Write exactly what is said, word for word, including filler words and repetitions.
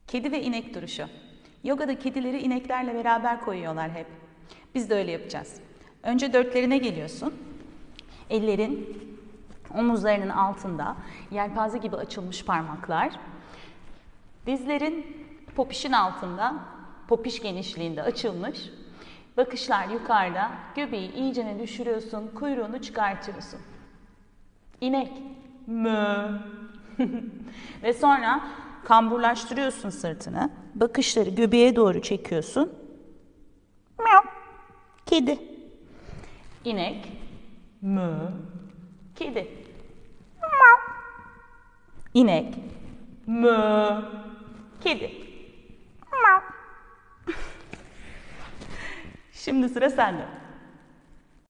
Kedi ve inek duruşu. Yogada kedileri ineklerle beraber koyuyorlar hep. Biz de öyle yapacağız. Önce dörtlerine geliyorsun. Ellerin omuzlarının altında, yelpaze gibi açılmış parmaklar. Dizlerin popişin altında, popiş genişliğinde açılmış. Bakışlar yukarıda, göbeği iyicene düşürüyorsun, kuyruğunu çıkartıyorsun. İnek. Mö. Ve sonra kamburlaştırıyorsun sırtını. Bakışları göbeğe doğru çekiyorsun. Miau. Kedi. İnek. Mö. Kedi. Miau. İnek. Mö. Kedi. Miau. Şimdi sıra sende.